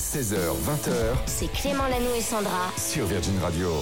16h, 20h. C'est Clément Lanoux et Sandra sur Virgin Radio.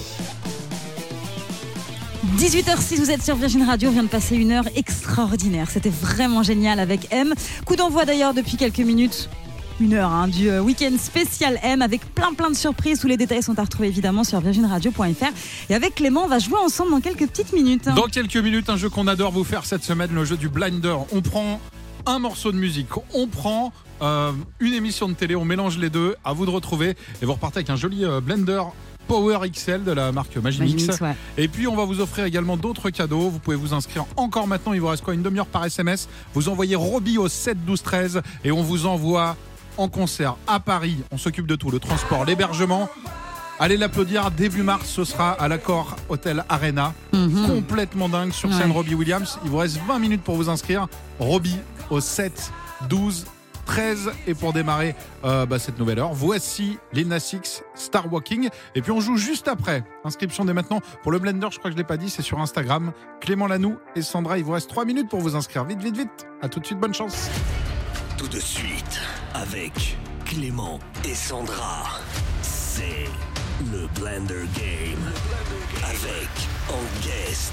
18h06, vous êtes sur Virgin Radio, on vient de passer une heure extraordinaire. C'était vraiment génial avec M. Coup d'envoi d'ailleurs depuis quelques minutes. Une heure du week-end spécial M avec plein de surprises. Tous les détails sont à retrouver évidemment sur virginradio.fr. Et avec Clément, on va jouer ensemble dans quelques petites minutes. Dans quelques minutes, un jeu qu'on adore vous faire cette semaine, le jeu du Blinder. On prend un morceau de musique, on prend une émission de télé, on mélange les deux. À vous de retrouver et vous repartez avec un joli Blender Power XL de la marque Magimix. Ouais. Et puis on va vous offrir également d'autres cadeaux. Vous pouvez vous inscrire encore maintenant. Il vous reste une demi-heure par SMS. Vous envoyez Roby au 7 12 13 et on vous envoie en concert à Paris. On s'occupe de tout, le transport, l'hébergement. Allez l'applaudir, début mars, ce sera à l'Accor Hotel Arena. Complètement dingue sur scène, Robbie Williams. Il vous reste 20 minutes pour vous inscrire. Robbie au 7 12 13. Et pour démarrer cette nouvelle heure, voici Lil Nas X, Star Walking. Et puis on joue juste après. Inscription dès maintenant pour le Blender, je crois que je ne l'ai pas dit, c'est sur Instagram. Clément Lanoux et Sandra, il vous reste 3 minutes pour vous inscrire. Vite. À tout de suite, bonne chance. Tout de suite, avec Clément et Sandra, c'est le Blender Game. Avec en guest,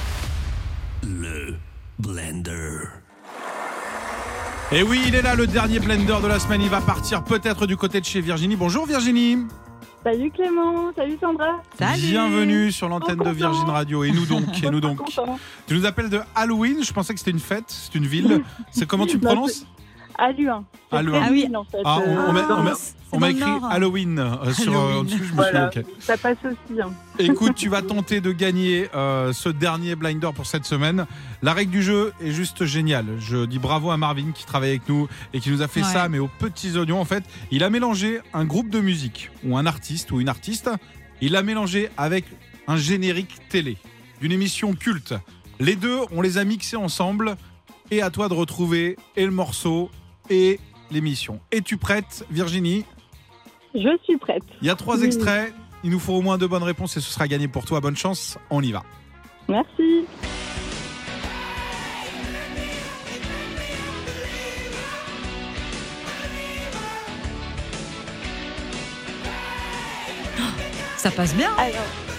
le Blender. Et oui, il est là, le dernier Blender de la semaine. Il va partir peut-être du côté de chez Virginie. Bonjour Virginie. Salut Clément, salut Sandra. Salut. Bienvenue sur l'antenne de Virgin Radio. Et nous donc, Content. Tu nous appelles de Halloween. Je pensais que c'était une fête, c'est une ville. C'est comment tu prononces? Aluin. Aluin. Ah oui. En fait. On m'a écrit Halloween sur au-dessus. Je me suis dit, ok. Ça passe aussi. Écoute, tu vas tenter de gagner ce dernier Blinder pour cette semaine. La règle du jeu est juste géniale. Je dis bravo à Marvin qui travaille avec nous et qui nous a fait ça, mais aux petits oignons. En fait, il a mélangé un groupe de musique ou un artiste ou une artiste. Il l'a mélangé avec un générique télé d'une émission culte. Les deux, on les a mixés ensemble. Et à toi de retrouver et le morceau et l'émission. Es-tu prête, Virginie? Je suis prête. Il y a 3 extraits. Il nous faut au moins 2 bonnes réponses et ce sera gagné pour toi. Bonne chance, on y va. Merci. Ça passe bien. Alors.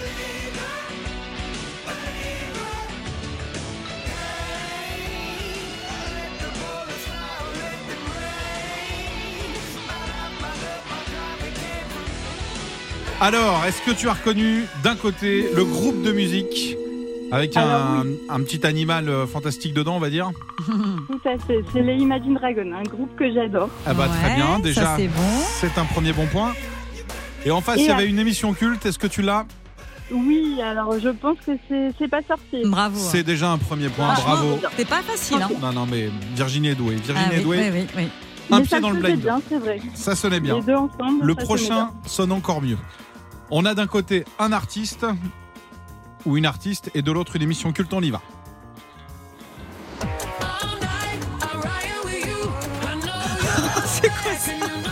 Alors, est-ce que tu as reconnu d'un côté le groupe de musique avec un petit animal fantastique dedans, on va dire? Tout à fait, c'est les Imagine Dragons, un groupe que j'adore. Ah bah très bien, déjà ça, c'est bon. C'est un premier bon point. Et en face, il y avait une émission culte, est-ce que tu l'as? Oui, alors je pense que c'est pas sorti. Bravo. C'est déjà un premier point, bravo. C'est pas facile. Non, mais Virginie est douée. Virginie est douée. Oui. Un Mais pied ça dans le sonnait blind. bien, c'est vrai. Ça sonnait bien. Les deux ensemble. Le ça prochain sonne encore mieux. On a d'un côté un artiste ou une artiste et de l'autre une émission culte, on y va. C'est quoi ça?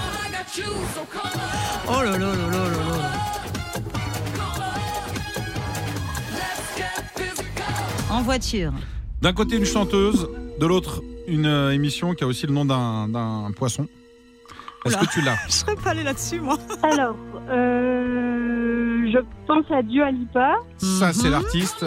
Oh là là là là là là. En voiture. D'un côté une chanteuse, de l'autre une émission qui a aussi le nom d'un poisson. Est-ce que tu l'as? Je serais pas allée là-dessus, moi. Alors, je pense à Dua Lipa. Ça, c'est l'artiste.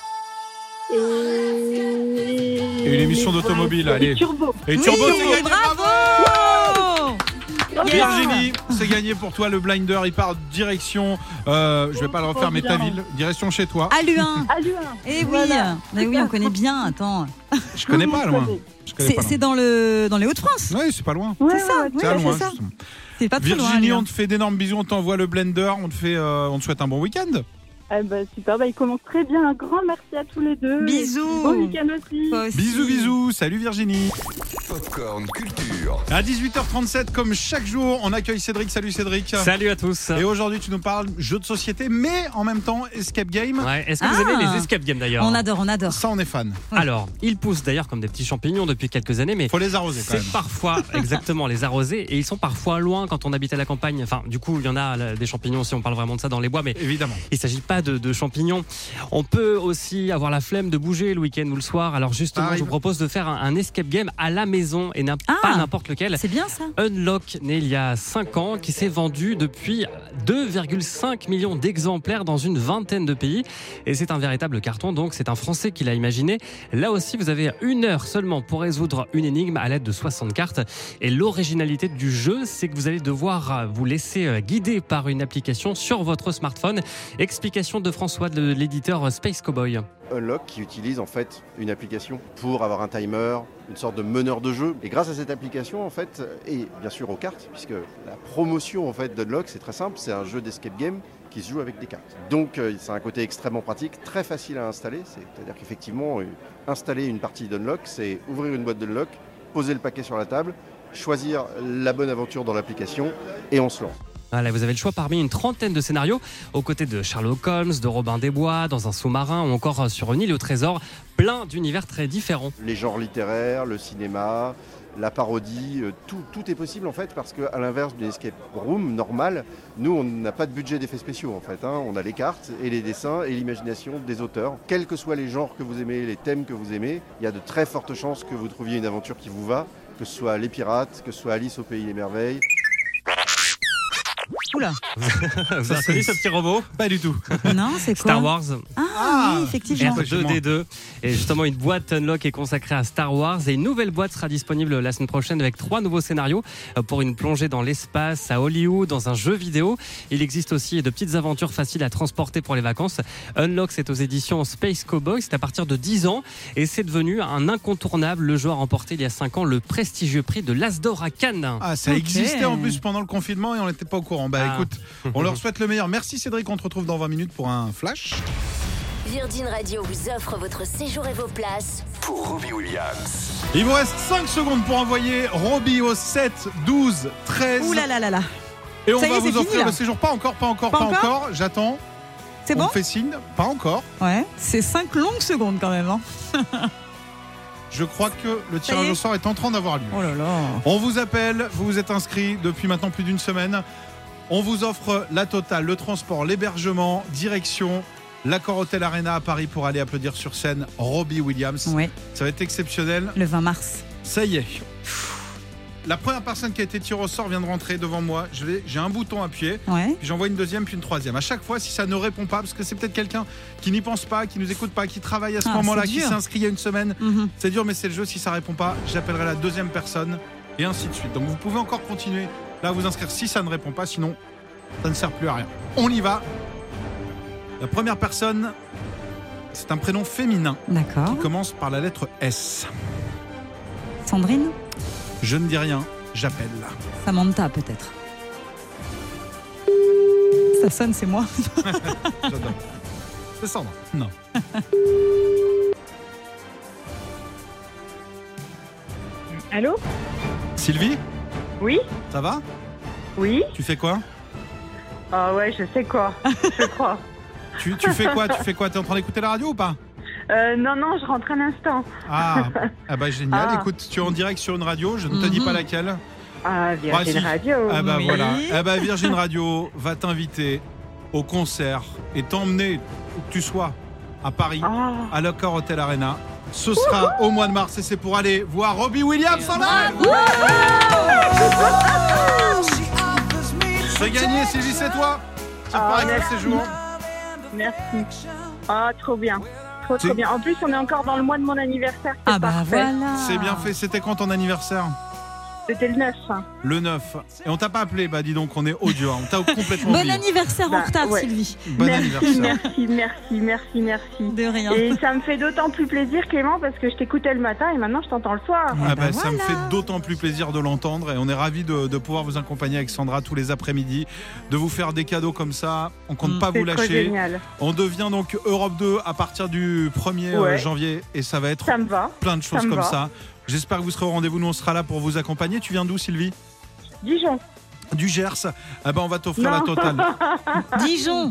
Et une émission d'automobile, allez. Et Turbo. Et Turbo, c'est gagné. Bravo. Virginie, c'est gagné pour toi le blinder. Il part direction, je vais pas le refaire, mais ta ville, direction chez toi. Aluin. Aluin. Eh oui, Voilà. mais oui, on connaît bien. Attends, Je connais pas loin. c'est dans les Hauts-de-France. Oui, c'est pas loin. Ouais, C'est ça, ouais, C'est à ouais, loin, c'est ça. justement. C'est pas très loin. Virginie, Aluin. on te fait d'énormes bisous, on t'envoie le blender, on te souhaite un bon week-end. Ah bah, super, il commence très bien. Un grand merci à tous les deux. Bisous. Bon week-end aussi. Toi aussi. Bisous, salut Virginie. Popcorn Culture. À 18h37, comme chaque jour, on accueille Cédric. Salut Cédric. Salut à tous. Et aujourd'hui, tu nous parles jeux de société, mais en même temps, escape game. Ouais, est-ce que vous aimez les escape games d'ailleurs? On adore. Ça, on est fan. Ouais. Alors, ils poussent d'ailleurs comme des petits champignons depuis quelques années, mais Faut les arroser quand même. c'est parfois exactement les arroser et ils sont parfois loin quand on habite à la campagne. Enfin, du coup, il y en a des champignons si on parle vraiment de ça dans les bois, mais Évidemment. il s'agit pas pas de champignons. On peut aussi avoir la flemme de bouger le week-end ou le soir. Alors justement, je vous propose de faire un escape game à la maison et pas n'importe lequel. C'est bien ça. Unlock, né il y a 5 ans, qui s'est vendu depuis 2,5 millions d'exemplaires dans une vingtaine de pays. Et c'est un véritable carton, donc c'est un Français qui l'a imaginé. Là aussi, vous avez 1 heure seulement pour résoudre une énigme à l'aide de 60 cartes. Et l'originalité du jeu, c'est que vous allez devoir vous laisser guider par une application sur votre smartphone. Explication de François, de l'éditeur Space Cowboy. Unlock qui utilise en fait une application pour avoir un timer, une sorte de meneur de jeu. Et grâce à cette application en fait, et bien sûr aux cartes, puisque la promotion en fait d'Unlock c'est très simple, c'est un jeu d'escape game qui se joue avec des cartes. Donc c'est un côté extrêmement pratique, très facile à installer. C'est-à-dire qu'effectivement, installer une partie d'Unlock, c'est ouvrir une boîte d'Unlock, poser le paquet sur la table, choisir la bonne aventure dans l'application et on se lance. Voilà, vous avez le choix parmi une trentaine de scénarios, aux côtés de Sherlock Holmes, de Robin des Bois, dans un sous-marin ou encore sur une île au trésor, plein d'univers très différents. Les genres littéraires, le cinéma, la parodie, tout est possible en fait parce qu'à l'inverse d'une escape room normale, nous on n'a pas de budget d'effets spéciaux en fait. On a les cartes et les dessins et l'imagination des auteurs. Quels que soient les genres que vous aimez, les thèmes que vous aimez, il y a de très fortes chances que vous trouviez une aventure qui vous va, que ce soit Les Pirates, que ce soit Alice au Pays des Merveilles. Oula. Vous avez reconnu ce petit robot ? Pas du tout. Non, c'est quoi ? Star Wars. Oui, effectivement. R2D2. Et justement, une boîte Unlock est consacrée à Star Wars. Et une nouvelle boîte sera disponible la semaine prochaine avec 3 nouveaux scénarios pour une plongée dans l'espace, à Hollywood, dans un jeu vidéo. Il existe aussi de petites aventures faciles à transporter pour les vacances. Unlock, c'est aux éditions Space Cowboy. C'est à partir de 10 ans. Et c'est devenu un incontournable. Le jeu a remporté il y a 5 ans le prestigieux prix de l'As d'Or à Cannes. Ah, ça existait en plus pendant le confinement et on n'était pas au courant. Écoute, on leur souhaite le meilleur. Merci Cédric, on te retrouve dans 20 minutes pour un flash. Virgin Radio vous offre votre séjour et vos places Pour Robbie Williams. Il vous reste 5 secondes pour envoyer Robbie au 7 12 13. Ouh là là là là. Et on Ça y va est, vous c'est offrir fini, là. le séjour. Pas encore. J'attends. C'est On bon me fait signe. Pas encore. Ouais, c'est 5 longues secondes quand même. Je crois que le tirage au sort est en train d'avoir lieu. Oh là là. On vous appelle, vous vous êtes inscrits depuis maintenant plus d'une semaine. On vous offre la totale, le transport, l'hébergement, direction l'Accor Hotel Arena à Paris pour aller applaudir sur scène Robbie Williams. Ouais. Ça va être exceptionnel. Le 20 mars. Ça y est. La première personne qui a été tirée au sort vient de rentrer devant moi. J'ai un bouton appuyé, Ouais. puis j'envoie une deuxième, puis une troisième. À chaque fois, si ça ne répond pas, parce que c'est peut-être quelqu'un qui n'y pense pas, qui nous écoute pas, qui travaille à ce moment-là, c'est qui dur. s'est inscrit il y a une semaine, Mhm. c'est dur, mais c'est le jeu. Si ça répond pas, j'appellerai la deuxième personne et ainsi de suite. Donc vous pouvez encore continuer là à vous inscrire si ça ne répond pas, sinon ça ne sert plus à rien. On y va. La première personne, c'est un prénom féminin D'accord. qui commence par la lettre S. Sandrine ? Je ne dis rien, j'appelle. Samantha peut-être. Ça sonne, c'est moi. J'adore. C'est Sandra. Non. Allô? Sylvie, Oui? ça va? Oui? Tu fais quoi? Ah ouais, je sais quoi, je crois. Tu fais quoi? T'es en train d'écouter la radio ou pas? Non, je rentre un instant. Ah bah génial. Ah. Écoute, tu es en direct sur une radio, je ne te dis pas laquelle. Ah, Virgin si. Radio. Ah bah Oui. voilà. Ah bah Virgin Radio va t'inviter au concert et t'emmener où que tu sois à Paris, Ah. à l'Accor Hotel Arena. Ce sera au mois de mars et c'est pour aller voir Robbie Williams en live. C'est gagné, Sylvie, c'est toi. C'est pareil que le merci. séjour. Merci. Ah, trop bien. Trop C'est- bien. En plus, on est encore dans le mois de mon anniversaire. C'est Ah bah parfait. voilà. C'est bien fait. C'était quand ton anniversaire? C'était le 9. Le 9. Et on t'a pas appelé, bah dis donc, on est audio, hein. On t'a complètement Bon oublié. anniversaire en Bah, retard, ouais. Sylvie. Bon anniversaire. Merci. De rien. Et ça me fait d'autant plus plaisir, Clément, parce que je t'écoutais le matin et maintenant je t'entends le soir. Ah bah, ça me voilà. fait d'autant plus plaisir de l'entendre et on est ravis de pouvoir vous accompagner avec Sandra tous les après-midi, de vous faire des cadeaux comme ça. On compte pas C'est vous trop lâcher. génial. On devient donc Europe 2 à partir du 1er Ouais. janvier et ça va être Ça me va. plein de choses me comme va. ça. J'espère que vous serez au rendez-vous. Nous, on sera là pour vous accompagner. Tu viens d'où, Sylvie? Dijon. Du Gers. Ah ben, on va t'offrir Non. la totale. Dijon.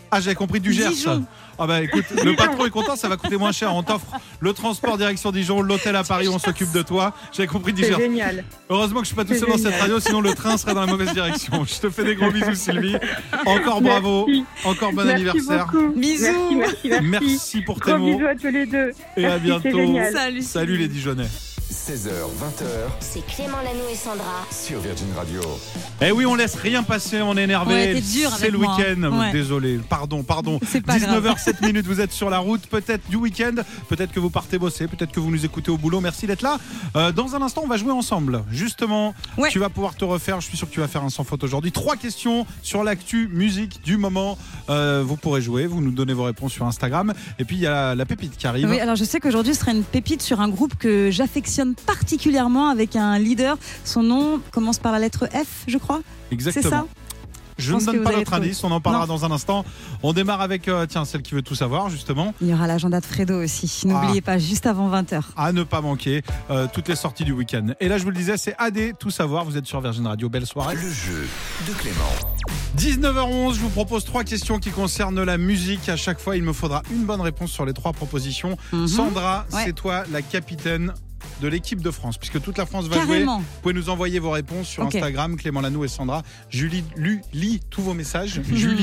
Ah, j'avais compris du Gers. Dijon. Ah bah écoute, le patron est content, ça va coûter moins cher. On t'offre le transport direction Dijon, l'hôtel à Paris, on s'occupe de toi. J'avais compris du C'est Gers. génial. Heureusement que je suis pas tout seul dans cette radio, sinon le train serait dans la mauvaise direction. Je te fais des gros bisous, Sylvie. Encore bravo, Merci. encore bon Merci anniversaire. beaucoup. Bisous. Merci. Merci pour tes Gros mots bisous à tous les deux. et à Merci, bientôt. C'est génial. Salut. Salut les Dijonnais. 16h, 20h C'est Clément Lanoux et Sandra. sur Virgin Radio. Eh oui, on laisse rien passer, on est énervé. Ouais, t'es dur c'est avec le moi, week-end. hein. Ouais. Désolé, pardon. C'est pas grave. 19h07 minutes, vous êtes sur la route, peut-être du week-end, peut-être que vous partez bosser, peut-être que vous nous écoutez au boulot. Merci d'être là. Dans un instant, on va jouer ensemble. Justement, Ouais. tu vas pouvoir te refaire. Je suis sûr que tu vas faire un sans faute aujourd'hui. 3 questions sur l'actu musique du moment. Vous pourrez jouer, vous nous donnez vos réponses sur Instagram. Et puis il y a la pépite qui arrive. Oui, alors je sais qu'aujourd'hui ce sera une pépite sur un groupe que j'affectionne particulièrement avec un leader. Son nom commence par la lettre F, je crois. Exactement. C'est ça. Je pense ne que donne vous pas allez notre trouver. indice, on en parlera Non. dans un instant. On démarre avec celle qui veut tout savoir, justement. Il y aura l'agenda de Fredo aussi. N'oubliez pas, juste avant 20h. À ne pas manquer toutes les sorties du week-end. Et là, je vous le disais, c'est AD, tout savoir. Vous êtes sur Virgin Radio. Belle soirée. Le jeu de Clément. 19h11, je vous propose 3 questions qui concernent la musique. À chaque fois, il me faudra une bonne réponse sur les 3 propositions. Mhm. Sandra, Ouais. c'est toi la capitaine de l'équipe de France, puisque toute la France va jouer. Carrément. Vous pouvez nous envoyer vos réponses sur Ok. Instagram, Clément Lanoux et Sandra. Julie lit tous vos messages. Julie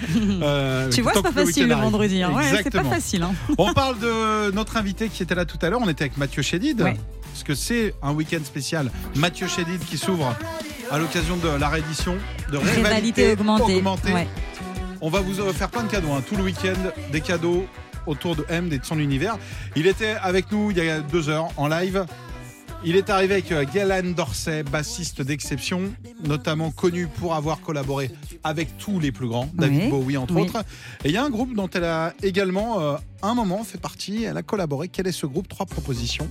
Tu vois, c'est pas facile le vendredi. Hein. Ouais, c'est pas Exactement. facile. Hein. On parle de notre invité qui était là tout à l'heure. On était avec Mathieu Chédid. Ouais. Parce que c'est un week-end spécial. Mathieu Chédid qui s'ouvre à l'occasion de la réédition de Rivalité augmentée. Ouais. On va vous faire plein de cadeaux. Hein. Tout le week-end, des cadeaux autour de M et de son univers. Il était avec nous il y a 2 heures en live. Il est arrivé avec Galen Dorsey, bassiste d'exception, notamment connu pour avoir collaboré avec tous les plus grands, David Oui. Bowie entre Oui. autres. Et il y a un groupe dont elle a également, un moment, fait partie. Elle a collaboré. Quel est ce groupe ? 3 propositions.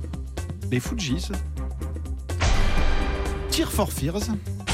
Les Fujis, Tears for Fears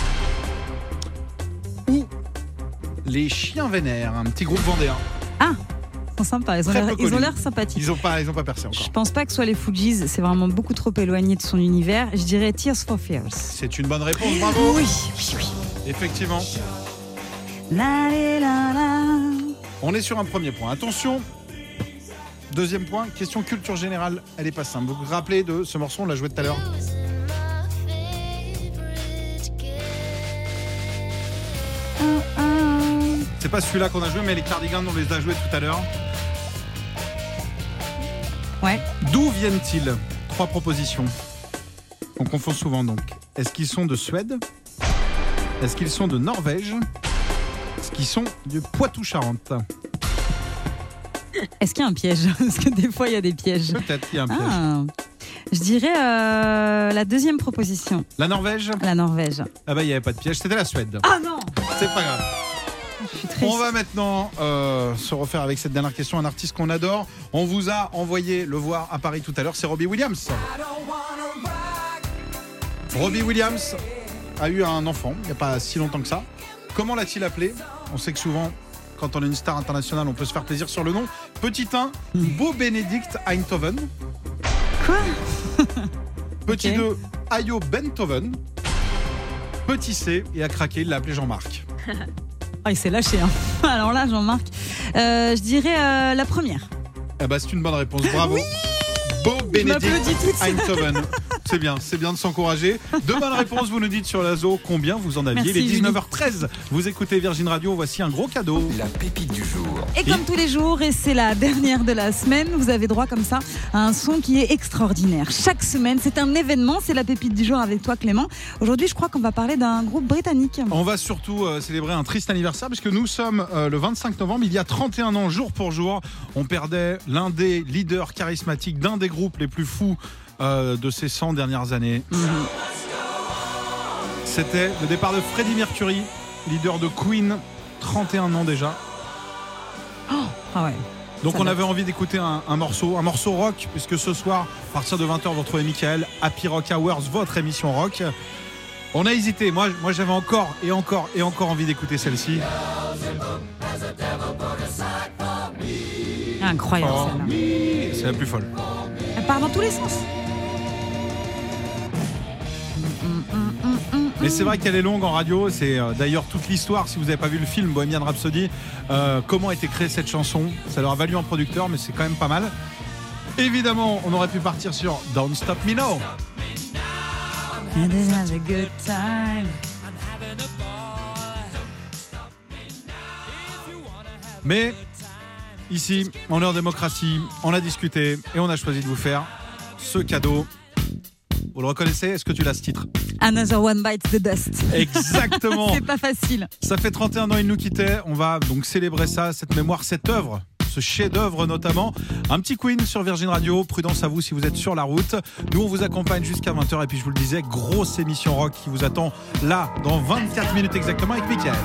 ou les Chiens Vénères, un petit groupe vendéen. Ils sont sympas. Ils ont Très l'air- peu ils ont connus. l'air sympathiques. Ils ont pas percé encore. Je pense pas que ce soit les Fujis. C'est vraiment beaucoup trop éloigné de son univers. Je dirais Tears for Fears. C'est une bonne réponse, bravo. Oui. Effectivement. La, la, la, la. On est sur un premier point. Attention. Deuxième point, question culture générale. Elle est pas simple. Vous vous rappelez de ce morceau, on l'a joué tout à l'heure. C'est pas celui-là qu'on a joué, mais les Cardigans, on les a joués tout à l'heure. Ouais. D'où viennent-ils ? 3 propositions. On confond souvent donc. Est-ce qu'ils sont de Suède ? Est-ce qu'ils sont de Norvège ? Est-ce qu'ils sont du Poitou-Charentes ? Est-ce qu'il y a un piège ? Parce que des fois, il y a des pièges. Peut-être qu'il y a un piège. Ah. Je dirais la deuxième proposition, La Norvège ? la Norvège. Ah bah il n'y avait pas de piège, c'était la Suède. Ah non, C'est pas grave. je suis triste. On va maintenant se refaire avec cette dernière question, un artiste qu'on adore. On vous a envoyé le voir à Paris tout à l'heure, c'est Robbie Williams. Robbie Williams a eu un enfant, il n'y a pas si longtemps que ça. Comment l'a-t-il appelé ? On sait que souvent, quand on est une star internationale, on peut se faire plaisir sur le nom. Petit 1, Bo Benedict Einthoven. Quoi ? Petit Ok. 2, Ayo Benthoven. Petit C, et à craquer, il l'a appelé Jean-Marc. Ah, il s'est lâché. Hein. Alors là, Jean-Marc, je dirais la première. Eh ben, c'est une bonne réponse, bravo. Bo Benedict m'applaudis toute seule. Einthoven. C'est bien de s'encourager. De bonnes réponses, vous nous dites sur l'ASO combien vous en aviez. Merci, Il est Julie. 19h13. Vous écoutez Virgin Radio, voici un gros cadeau. La pépite du jour. Et comme tous les jours, et c'est la dernière de la semaine, vous avez droit comme ça à un son qui est extraordinaire. Chaque semaine, c'est un événement, c'est la pépite du jour avec toi Clément. Aujourd'hui, je crois qu'on va parler d'un groupe britannique. On va surtout célébrer un triste anniversaire puisque nous sommes le 25 novembre, il y a 31 ans, jour pour jour. On perdait l'un des leaders charismatiques d'un des groupes les plus fous de ces 100 dernières années. C'était le départ de Freddie Mercury, leader de Queen, 31 ans déjà. Ah ouais. Donc Ça on date. avait envie d'écouter un morceau rock, puisque ce soir, à partir de 20h, vous retrouvez Michael, Happy Rock Hours, votre émission rock. On a hésité, moi j'avais encore envie d'écouter celle-ci. Incroyable Oh, celle-là. c'est la plus folle. Elle part dans tous les sens. Mais c'est vrai qu'elle est longue en radio. C'est d'ailleurs toute l'histoire. Si vous n'avez pas vu le film Bohemian Rhapsody, comment a été créée cette chanson. Ça leur a valu un producteur, mais c'est quand même pas mal. Évidemment, on aurait pu partir sur Don't Stop Me Now. And they have a good time. Mais ici, on est en démocratie, on a discuté et on a choisi de vous faire ce cadeau. Vous le reconnaissez? Est-ce que tu l'as ce titre? Another One Bites the Dust. Exactement. C'est pas facile. Ça fait 31 ans il nous quittait. On va donc célébrer ça, cette mémoire, cette œuvre, ce chef-d'œuvre notamment. Un petit Queen sur Virgin Radio. Prudence à vous si vous êtes sur la route. Nous, on vous accompagne jusqu'à 20h. Et puis, je vous le disais, grosse émission rock qui vous attend là, dans 24 minutes exactement, avec Mickaël.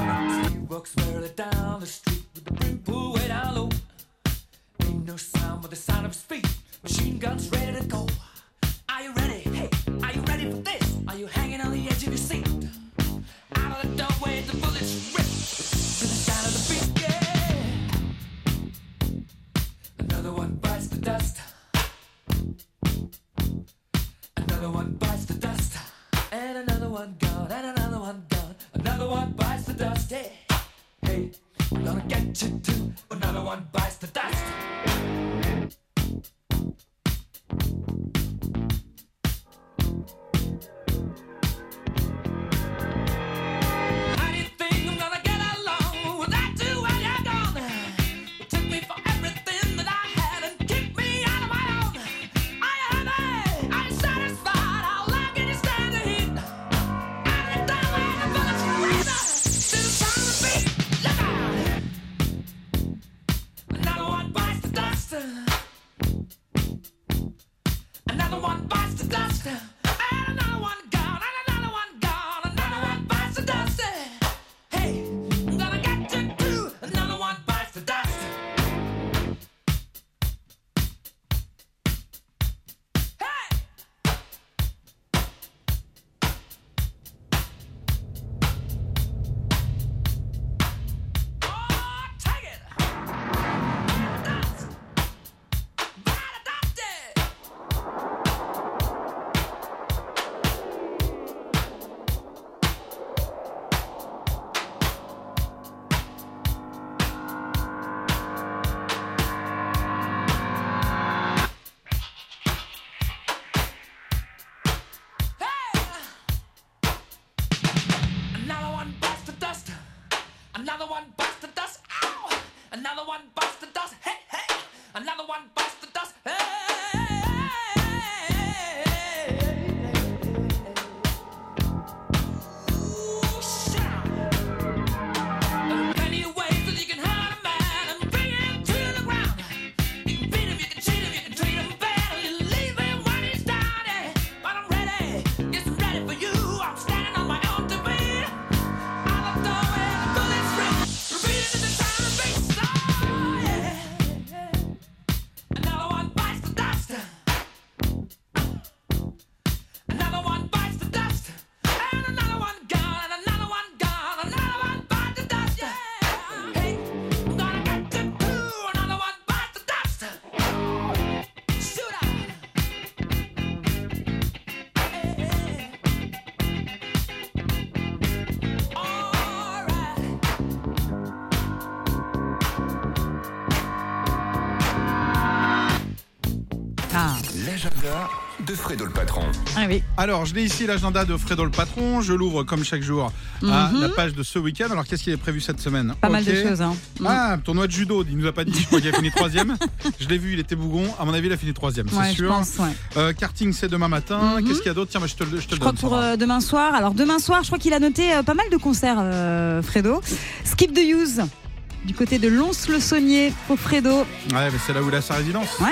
L'agenda de Fredo le patron. Ah oui. Alors, je l'ai ici, l'agenda de Fredo le patron. Je l'ouvre comme chaque jour à la page de ce week-end. Alors, qu'est-ce qui est prévu cette semaine? Pas mal de choses. Hein. Ah, tournoi de judo, il nous a pas dit. Je crois qu'il a fini 3e. Je l'ai vu, il était bougon. À mon avis, il a fini 3e, c'est sûr. Je pense, ouais. Karting, c'est demain matin. Qu'est-ce qu'il y a d'autre? Tiens, je te le je crois donne. que pour demain soir. Alors, demain soir, je crois qu'il a noté pas mal de concerts, Fredo. Skip the Use, du côté de Lons-le-Saunier, pour Fredo. Ouais, mais c'est là où il a sa résidence. Ouais.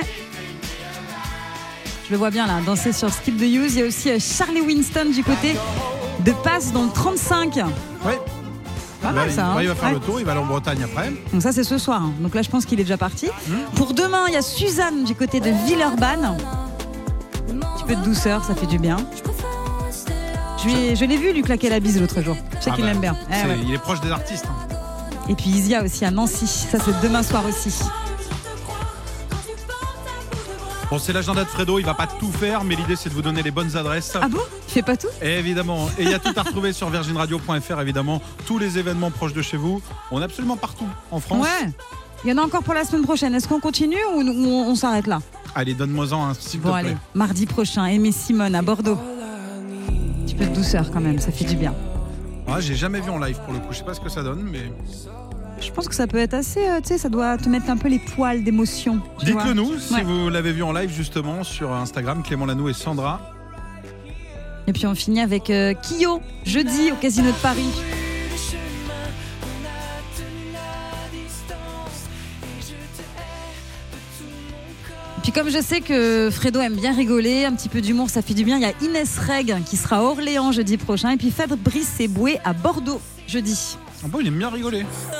Je le vois bien là, danser sur Skip the Use. Il y a aussi Charlie Winston du côté de Passe dans le 35. Ouais. Pas mal ça. Hein. Il va faire le tour, il va aller en Bretagne après. Donc ça c'est ce soir. Hein. Donc là je pense qu'il est déjà parti. Pour demain, il y a Suzanne du côté de Villeurbanne. Un petit peu de douceur, ça fait du bien. Je l'ai vu lui claquer la bise l'autre jour. Je sais qu'il l'aime bien. Ouais. Il est proche des artistes. Hein. Et puis Isia aussi à Nancy. Ça c'est demain soir aussi. Bon, c'est l'agenda de Fredo, il va pas tout faire, mais l'idée c'est de vous donner les bonnes adresses. Ah bon ? Tu fais pas tout ? Évidemment, et il y a tout à retrouver sur virginradio.fr, évidemment, tous les événements proches de chez vous. On est absolument partout en France. Ouais. Il y en a encore pour la semaine prochaine. Est-ce qu'on continue ou on s'arrête là ? Allez, donne-moi-en un, s'il te Bon, plaît. allez, mardi prochain, Aimé Simone à Bordeaux. Un petit peu de douceur quand même, ça fait du bien. Ouais, j'ai jamais vu en live pour le coup, je sais pas ce que ça donne, mais. Je pense que ça peut être assez, tu sais, ça doit te mettre un peu les poils d'émotion. Dites-le nous si Ouais. vous l'avez vu en live justement sur Instagram, Clément Lanoux et Sandra. Et puis on finit avec Kyo, jeudi au Casino de Paris. Puis comme je sais que Fredo aime bien rigoler, un petit peu d'humour, ça fait du bien. Il y a Inès Reg qui sera à Orléans jeudi prochain. Et puis Fabrice Eboué à Bordeaux jeudi. Ah bon, il aime bien rigoler.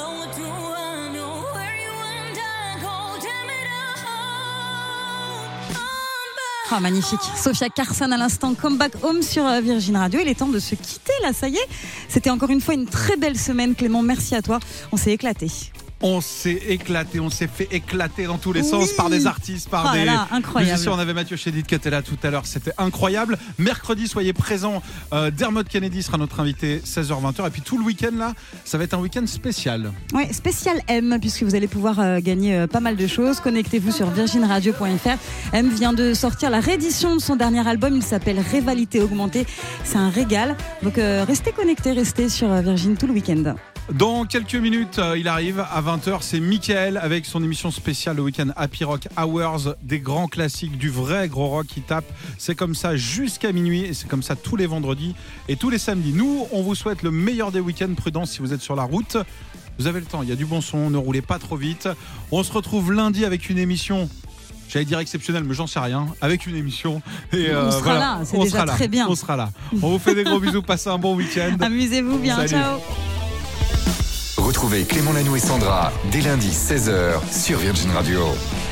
Ah, magnifique. Sophia Carson à l'instant, Comeback Home sur Virgin Radio. Il est temps de se quitter là, ça y est. C'était encore une fois une très belle semaine, Clément. Merci à toi. On s'est éclaté. On s'est éclaté, on s'est fait éclater dans tous les Oui. sens par des artistes, par Oh là des là, incroyable. musiciens. On avait Mathieu Chédid qui était là tout à l'heure, c'était incroyable. Mercredi, soyez présents. Dermot Kennedy sera notre invité 16h-20h. Et puis tout le week-end là, ça va être un week-end spécial. Ouais, spécial M, puisque vous allez pouvoir gagner pas mal de choses. Connectez-vous sur virginradio.fr. M vient de sortir la réédition de son dernier album. Il s'appelle Rivalité Augmentée. C'est un régal. Donc restez connectés, restez sur Virgin tout le week-end. Dans quelques minutes, il arrive à 20h, c'est Mickaël avec son émission spéciale le week-end Happy Rock Hours, des grands classiques, du vrai gros rock qui tape. C'est comme ça jusqu'à minuit et c'est comme ça tous les vendredis et tous les samedis. Nous, on vous souhaite le meilleur des week-ends, prudence si vous êtes sur la route. Vous avez le temps, il y a du bon son, ne roulez pas trop vite. On se retrouve lundi avec une émission, j'allais dire exceptionnelle, mais j'en sais rien, avec une émission. Et On sera là, c'est déjà très bien. On sera là. On vous fait des gros bisous, passez un bon week-end. Amusez-vous bien, Salut. ciao. Retrouvez Clément Lanoux et Sandra dès lundi 16h sur Virgin Radio.